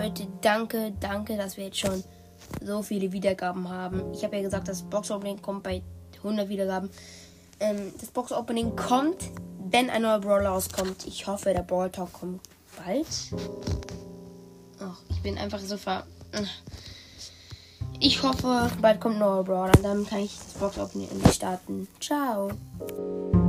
Leute, danke, dass wir jetzt schon so viele Wiedergaben haben. Ich habe ja gesagt, das Box-Opening kommt bei 100 Wiedergaben. Das Box-Opening kommt, wenn ein neuer Brawler rauskommt. Ich hoffe, der Brawl Talk kommt bald. Ach, ich bin einfach so Ich hoffe, bald kommt ein neuer Brawler. Dann kann ich das Box-Opening starten. Ciao.